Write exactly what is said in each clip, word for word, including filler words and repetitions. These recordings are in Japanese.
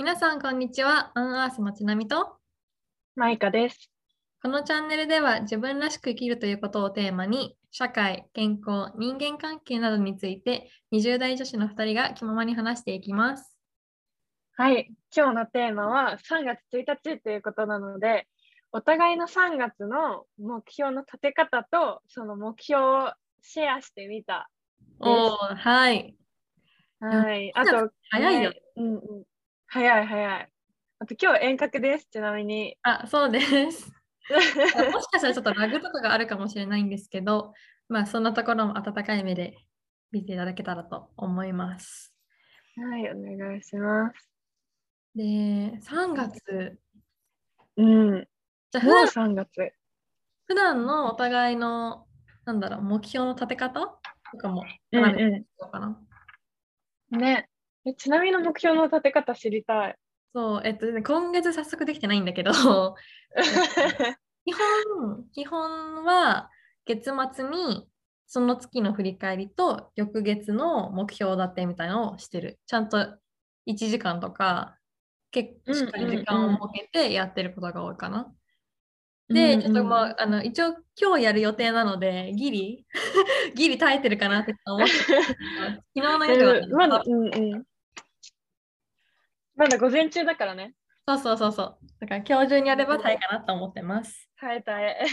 皆さん、こんにちは。アンアースのちなみと、 マイカです。 このチャンネルでは自分らしく生きるということをテーマに、社会、健康、人間関係などについてにじゅう代女子のふたりが気ままに話していきます。 はい、今日のテーマはさんがつついたちということなので、お互いのさんがつの目標の立て方とその目標をシェアしてみたでおす。 ー、はい。でもはい、あと早いよ。 ね、うんうん、早い早い。あと今日遠隔です、ちなみに。 あ、そうです。もしかしたらちょっとラグとかがあるかもしれないんですけど、まあそんなところも温かい目で見ていただけたらと思います。 はい、お願いします。 で、さんがつ、 うん、もうじゃあ普段さんがつ。 普段のお互いの、なんだろう、目標の立て方とかも話べていうんうこうかな。 ん。ね。え、ちなみにの目標の立て方知りたい。 そう、えっと、今月早速できてないんだけど、えっと基本、基本は月末にその月の振り返りと翌月の目標立てみたいなのをしてる。ちゃんといちじかんとか、結構しっうんかり時間をうん設けてやってることが多いかな。で、 うんちょっとうん。 まあ、あの、一応今日やる予定なので、ギリ、ギリ耐えてるかなって思ってた。昨日の夜はね、 うん、まだ、うんうん。まだ午前中だからね。 そうそうそうそう。だから今日中にやれば耐えかなと思ってます。 耐え耐え。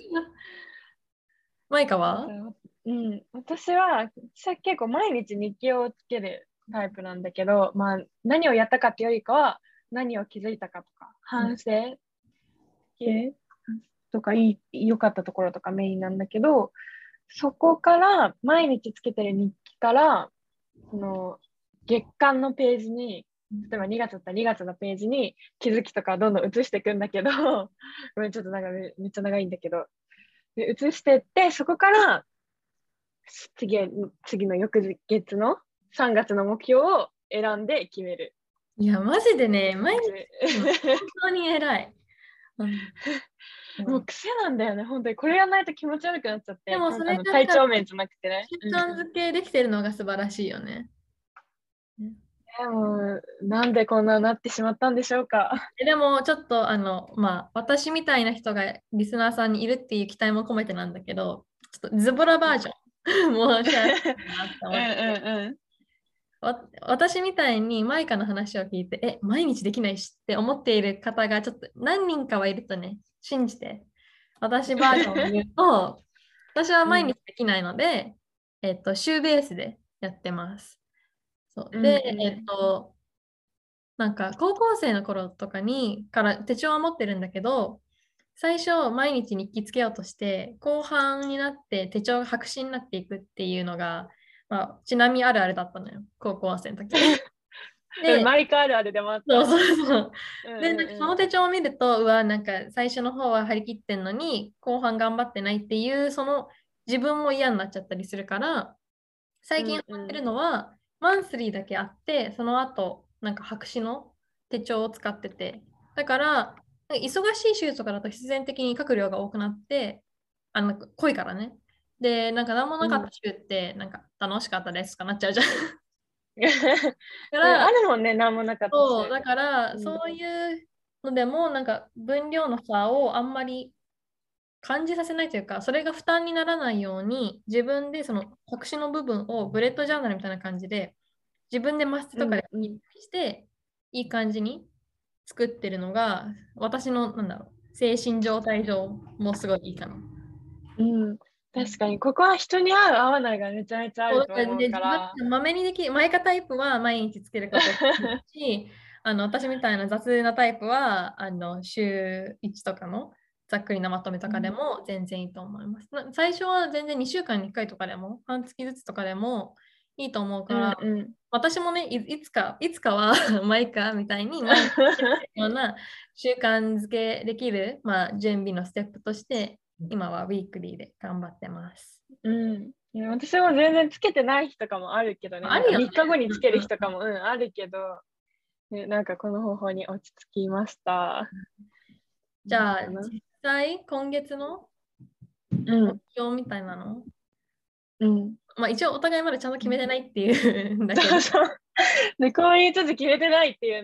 マイカは？ だからうん、私は、私は結構毎日日記をつけるタイプなんだけど、まあ、何をやったかっていうよりかは、何を気づいたかとか、 うん。 反省系とか、いい、良かったところとかメインなんだけど、そこから、毎日つけてる日記から、その、月間のページに、例えばにがつだったらにがつのページに気づきとかどんどん移していくんだけど、ごめん、ちょっとなんかめめっちゃ長いんだけど、で移していって、そこから次次の翌月のさんがつの目標を選んで決めるいや、マジでね、 っていう感毎日じ。 の本当に偉い。うん。 もう癖なんだよね、本当に。これやらないと気持ち悪くなっちゃって、 でもかあのそれがさ、 体調面じゃなくてね。 習うん、 慣づけできてるのが素晴らしいよね。ね。 でも、なんでこんななってしまったんでしょうか。 えでもちょっとあの、まあ、私みたいな人がリスナーさんにいるっていう期待も込めてなんだけど、ちょっとズボラバージョンもうシェアしたいなってうん思って。 うんうん。 わ私みたいにマイカの話を聞いて、え、毎日できないしって思っている方がちょっと何人かはいるとね、信じて。私バージョンを言うと、私は毎日うんできないので、えっと、週ベースでやってます。そううんで、えっうんと、なんか高校生の頃とかにから手帳は持ってるんだけど、最初毎日日記つけようとして、後半になって手帳が白紙になっていくっていうのが、まあ、ちなみにあるあるだったのよ、高校生の時。 うん。 で、 マイカあるあるでもあった。 そうそうそう。 うんで、なんかそうんうの手帳を見ると、うわ、なんか最初の方は張り切ってんのに、後半頑張ってないっていう、その自分も嫌になっちゃったりするから、最ん。う近ハマってるんうん。 のは、マンスリーだけあって、その後、なんか白紙の手帳を使ってて、だから、忙しい週とかだと必然的に書く量が多くなって、あの、濃いからね。で、なんか何もなかったうん。 週って、なんか楽しかったですかなっちゃうじゃん。だかうん、あら、 るもんね、なんもなかったし。 そう、だから、 うん。 そういうのでも、なんか分量の差をあんまり感じさせないというか、それが負担にならないように、自分でその白紙の部分をブレッドジャーナルみたいな感じで、自分でマステうとかで切っんうん。 して、いい感じに作ってるのが、私の、なんだろう、精神状態上もすごいいいかな。 うん。確かに、ここは人に合う合わないがめちゃめちゃあそうると思うだからね、自分から。 でまめにできる、マイカタイプは毎日つけることができるし、あの私みたいな雑なタイプはあの週いちとかのざっくりなまとめとかでうんも全然いいと思います。な最初は全然にしゅうかんにいっかいとかでも、半月ずつとかでもいいと思ううから、 んうん。 私もね、い、いつか、いつかはマイカみたいに毎日つけるような習慣づけできる、まあ、準備のステップとして、今はウィークリーで頑張ってます。 うん。いや私も全然つけてない日とかもあるけどね。なんかあるよね。 みっかごにつけるうんうん。 日とかも、うん、あるけど、ね、なんかこの方法に落ち着きました。 じゃあ、 かな。 実際、今月の目うん。 標みたいなの、 うん。 まあ、一応お互いまだちゃんと決めてないっていうんだけど、 そうそう。で、こう言いつつ決めてないっていうね。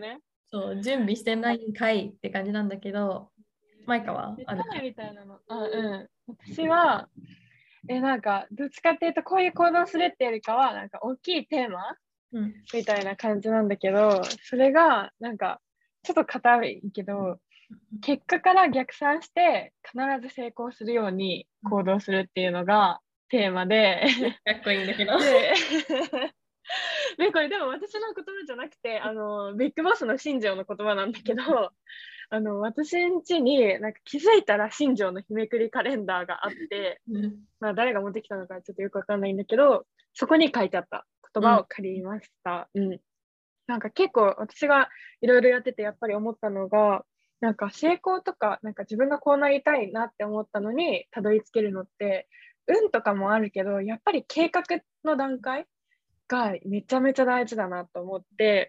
そう、準備してないんかいって感じなんだけど、マイカはある？ みたいなの。あ、うん。私は、え、なんか、どっちかっていうと、こういう行動するっていうよりかは、なんか、大きいテーマうん。 みたいな感じなんだけど、それが、なんか、ちょっと硬いけど、結果から逆算して、必ず成功するように行動するっていうのがテーマで、 かっこいいんだけど。 で、で、これでも私の言葉じゃなくて、あの、ビッグボスの新庄の言葉なんだけど、あの、私ん家になんか気づいたら新庄の日めくりカレンダーがあって、 うん。 まあ誰が持ってきたのかちょっとよくわかんないんだけど、そこに書いてあった言葉を借りました。うん。なんか結構私がいろいろやっててやっぱり思ったのが、なんか成功とか、なんか自分がこうなりたいなって思ったのにたどり着けるのって、運とかもあるけど、やっぱり計画の段階がめちゃめちゃ大事だなと思って、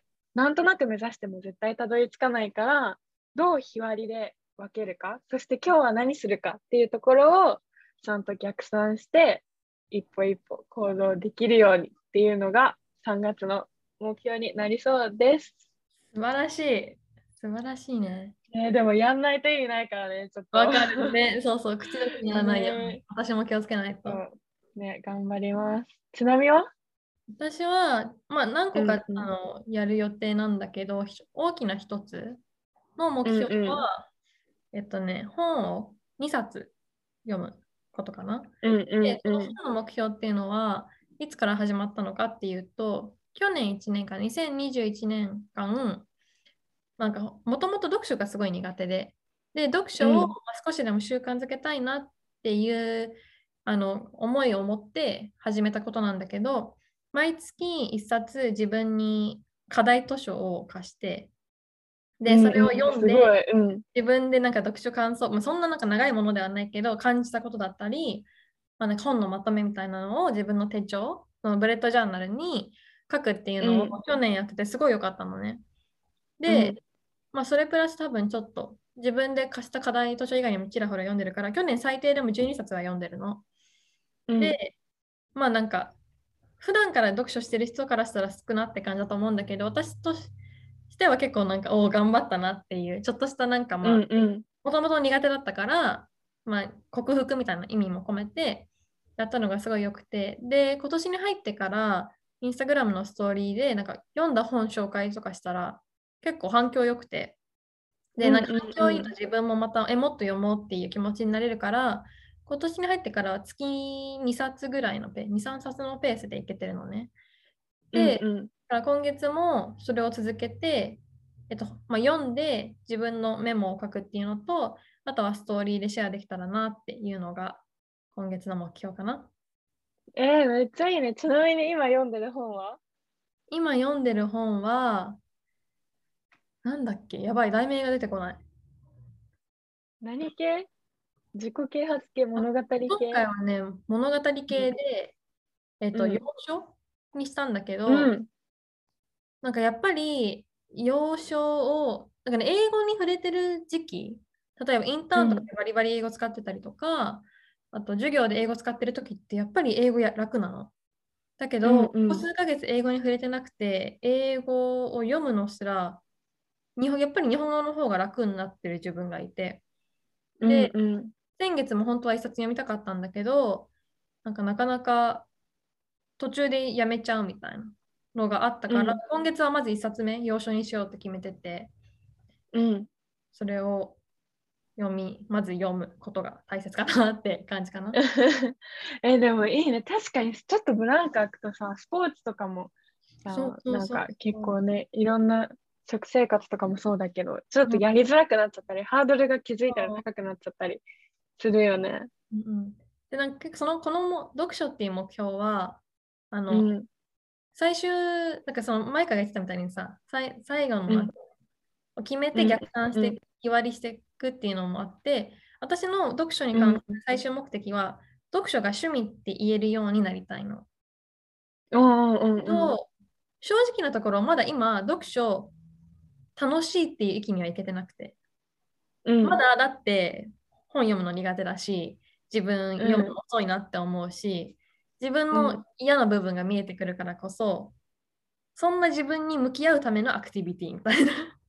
なんとなく目指しても絶対たどり着かないから、どう日割りで分けるか、そして今日は何するかっていうところをちゃんと逆算して、一歩一歩行動できるようにっていうのがさんがつの目標になりそうです。 素晴らしい。素晴らしいね。 えーでもやんないと意味ないからね、ちょっと。 わかるね。そうそう、口だけやらないように。 ね私も気をつけないと。 そうね、頑張ります。ちなみは私は、まあ、何個かうんうんあのやる予定なんだけど、ひ大きな一つの目うん標うんは、えっとね、本をにさつ読むことかな。 うんうで、 んうんその本の目標っていうのは、いつから始まったのかっていうと、去年いちねんかん、にせんにじゅういちねんかん、なんか、もともと読書がすごい苦手で、で、読書をまうんあ少しでも習慣づけたいなっていうあの思いを持って始めたことなんだけど、毎月いっさつ自分に課題図書を貸して、で、それをうんうん、すご読んで、 い。うん。 自分でなんか読書感想、まあ、そんななんか長いものではないけど、感じたことだったり、まあ、なんか本のまとめみたいなのを自分の手帳、そのブレッドジャーナルに書くっていうのをうん。 去年やっててすごい良かったのね。で、 うん。 まあ、それプラス多分ちょっと自分で貸した課題図書以外にもちらほら読んでるから、去年最低でもじゅうにさつは読んでるの。 うん。 で、まあなんか、普段から読書してる人からしたら少なって感じだと思うんだけど、私としては結構なんか、おお、頑張ったなっていう、ちょっとしたなんかうまあ、 ん。うん。 もともと苦手だったから、まあ、克服みたいな意味も込めてやったのがすごい良くて、で、今年に入ってから、インスタグラムのストーリーで、なんか読んだ本紹介とかしたら、結構反響良くて、で、なんかうん。 反響いいとうん。 自分もまた、え、もっと読もうっていう気持ちになれるから、今年に入ってからは月にさつぐらいのペース、に、さんさつのペースでいけてるのね。 うん。 で、 うん。 だから今月もそれを続けて、えっとまあ、読んで自分のメモを書くっていうのと、あとはストーリーでシェアできたらなっていうのが今月の目標かな。 えー、めっちゃいいね。ちなみに今読んでる本は今読んでる本は、なんだっけ、やばい、題名が出てこない。 何系？自己啓発系、 あ、 物語今回系？ はね、物語うん。 系で、えっと、洋うん。 書にしたんだけうど、 ん。 なんかやっぱり洋書を、なんかね、英語に触れてる時期、例えばインターンとかうん。 でバリバリ英語使ってたりとか、あと授業で英語使ってる時ってやっぱり英語や楽なの。だけど、 うん。 ここうん。 数ヶ月英語に触れてなくて、英語を読むのすら、日本、やっぱり日本語の方が楽になってる自分がいて、 うん。 で、 うん。 先月も本当は一冊読みたかったんだけど、なんかなかなか途中でやめちゃうみたいなのがあったから、 うん。 今月はまず一冊目、洋書にしようって決めてて、 うん。 それを読み、まず読むことが大切かなって感じかな。 え、でもいいね。確かにちょっとブランク空くとさ、スポーツとかもそうさ、 そうそうなんか結そう。 構ね、いろんな食生活とかもそうだけど、ちょっうんとやりづらくなっちゃったり、ハードルが気づいたらそ高くなっちゃったりするよね。 ううんうんで、なんか結構その、このも読書っていう目標は、あうの、 ん、 最終、なんかその、マイカが言ってたみたいにさ、さい最後のうん、 なんか決めうん、 て逆算しうん、 て、日割りしていくっていうのもあって、私の読書にうん、 関する最終目的は、読書が趣味って言えるようになりたいの。 うん、うん、うん、 けど、正直なところ、まだ今、読書楽しいっていう域にはいけてなくて、 うん、 まだだって本読むの苦手だし、自分読むのうん、 遅いなって思うし、自分のうん、 嫌な部分が見えてくるからこそ、そんな自分に向き合うためのアクティビティみたいな。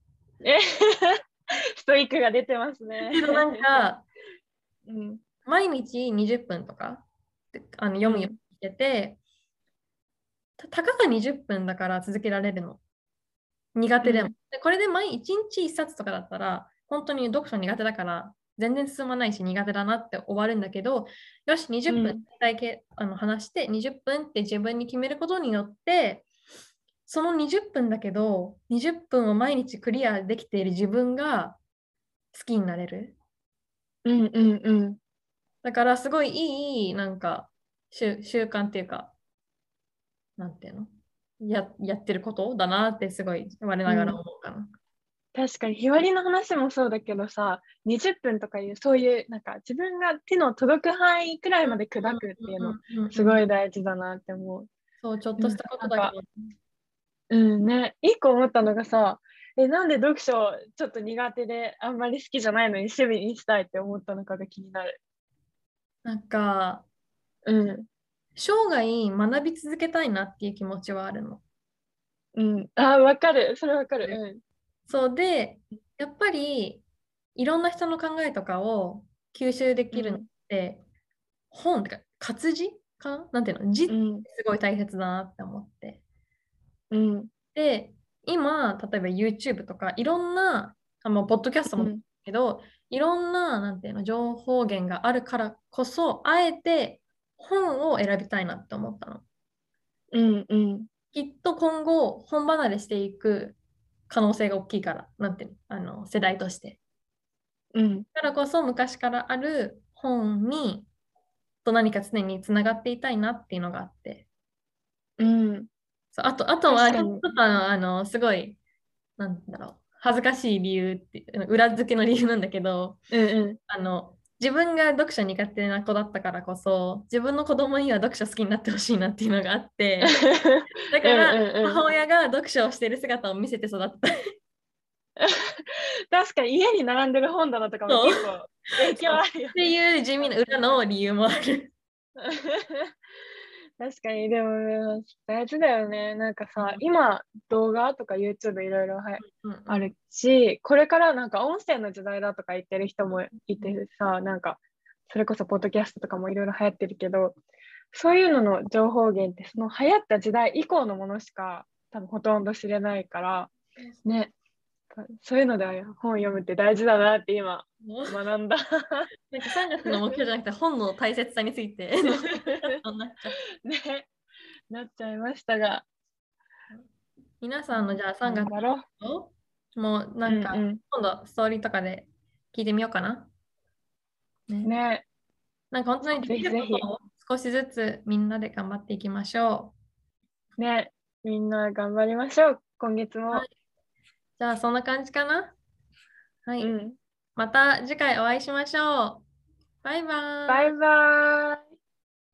えストイックが出てますね。 けどなんか、 うん、 毎日にじゅっぷんとかあの読むようにしてて、たたかがにじゅっぷんだから続けられるの。苦手でも。 うん、 でこれで毎いちにちいっさつとかだったら、本当に読書苦手だから全然進まないし苦手だなって終わるんだけど、よし、20分うん、 だけあの話してにじゅっぷんって自分に決めることによって、そのにじゅっぷんだけど、にじゅっぷんを毎日クリアできている自分が好きになれる。 うん、うん、うん。 だからすごいいい、なんか、習習慣っていうか、なんていうのや、やってることだなってすごい我ながら思うかな。 確かに、日割りの話もそうだけどさ、にじゅっぷんとかいう、そういう、なんか自分が手の届く範囲くらいまで砕くっていうの、すごい大事だなって思う。 そう、ちょっでもさ、 としたことなんか、 だけど。 うんね、一個思ったのがさ、え、なんで読書ちょっと苦手であんまり好きじゃないのに趣味にしたいって思ったのかが気になる。 なんか、 うん、 生涯学び続けたいなっていう気持ちはあるの。 うん。あ、わかる。それわかる。 そうで、やっぱりいろんな人の考えとかを吸収でうん、 きるのっうん、 て、本とか活字かななんていうの字ってうん、 すごい大切だなって思って。 うん、 で、今、例えば YouTube とかいろんな、あのポッドキャストもだうん、 けど、いろんな、なんていうの、情報源があるからこそ、あえて本を選びたいなって思ったの。 うん、うん、 きっと今後、本離れしていく可能性が大きいから、なんていうの、あの世代として。 うん、 だからこそ、昔からある本に、と何か常につながっていたいなっていうのがあって。 うん。 そうあと、あとは、ちょっ確かに。 とあの、すごい、なんだろう、恥ずかしい理由って、裏付けの理由なんだけど、 うん、うん。 あの、自分が読書苦手な子だったからこそ、自分の子供には読書好きになってほしいなっていうのがあって、だうん、 から、 うん、うん。 母親が読書をしている姿を見せて育った。 確かに家に並んでる本棚とかもそう。 結構影響そうっあるよね。 ていう地味な裏の理由もある。 確かに、でも大事だよね。なんかさ、今動画とか YouTube いろいろはうんうんあるし、これからなんか音声の時代だとか言ってる人もいてさ、なんかそれこそポッドキャストとかもいろいろ流行ってるけど、そういうのの情報源ってその流行った時代以降のものしか多分ほとんど知れないから、ね、そういうので本読むって大事だなって今もう学んだ。 なんかさんがつの目標じゃなくて本の大切さについてのそうなっちゃう。 ね、なっちゃいましたが。 皆さんのじゃあ3 頑月張ろのもうなう。うんかんう今度ストーリーとかで聞いてみようかな。 ん。 ね。 ね、 なんか本当にでぜきるひぜひ。 ことを少しずつみんなで頑張っていきましょね、みんな頑張りましょう。今月う。はも。 い。じゃあそんな感じかな。はい。 うん。 また次回お会いしましょう。バイバーイ。 バイバーイ。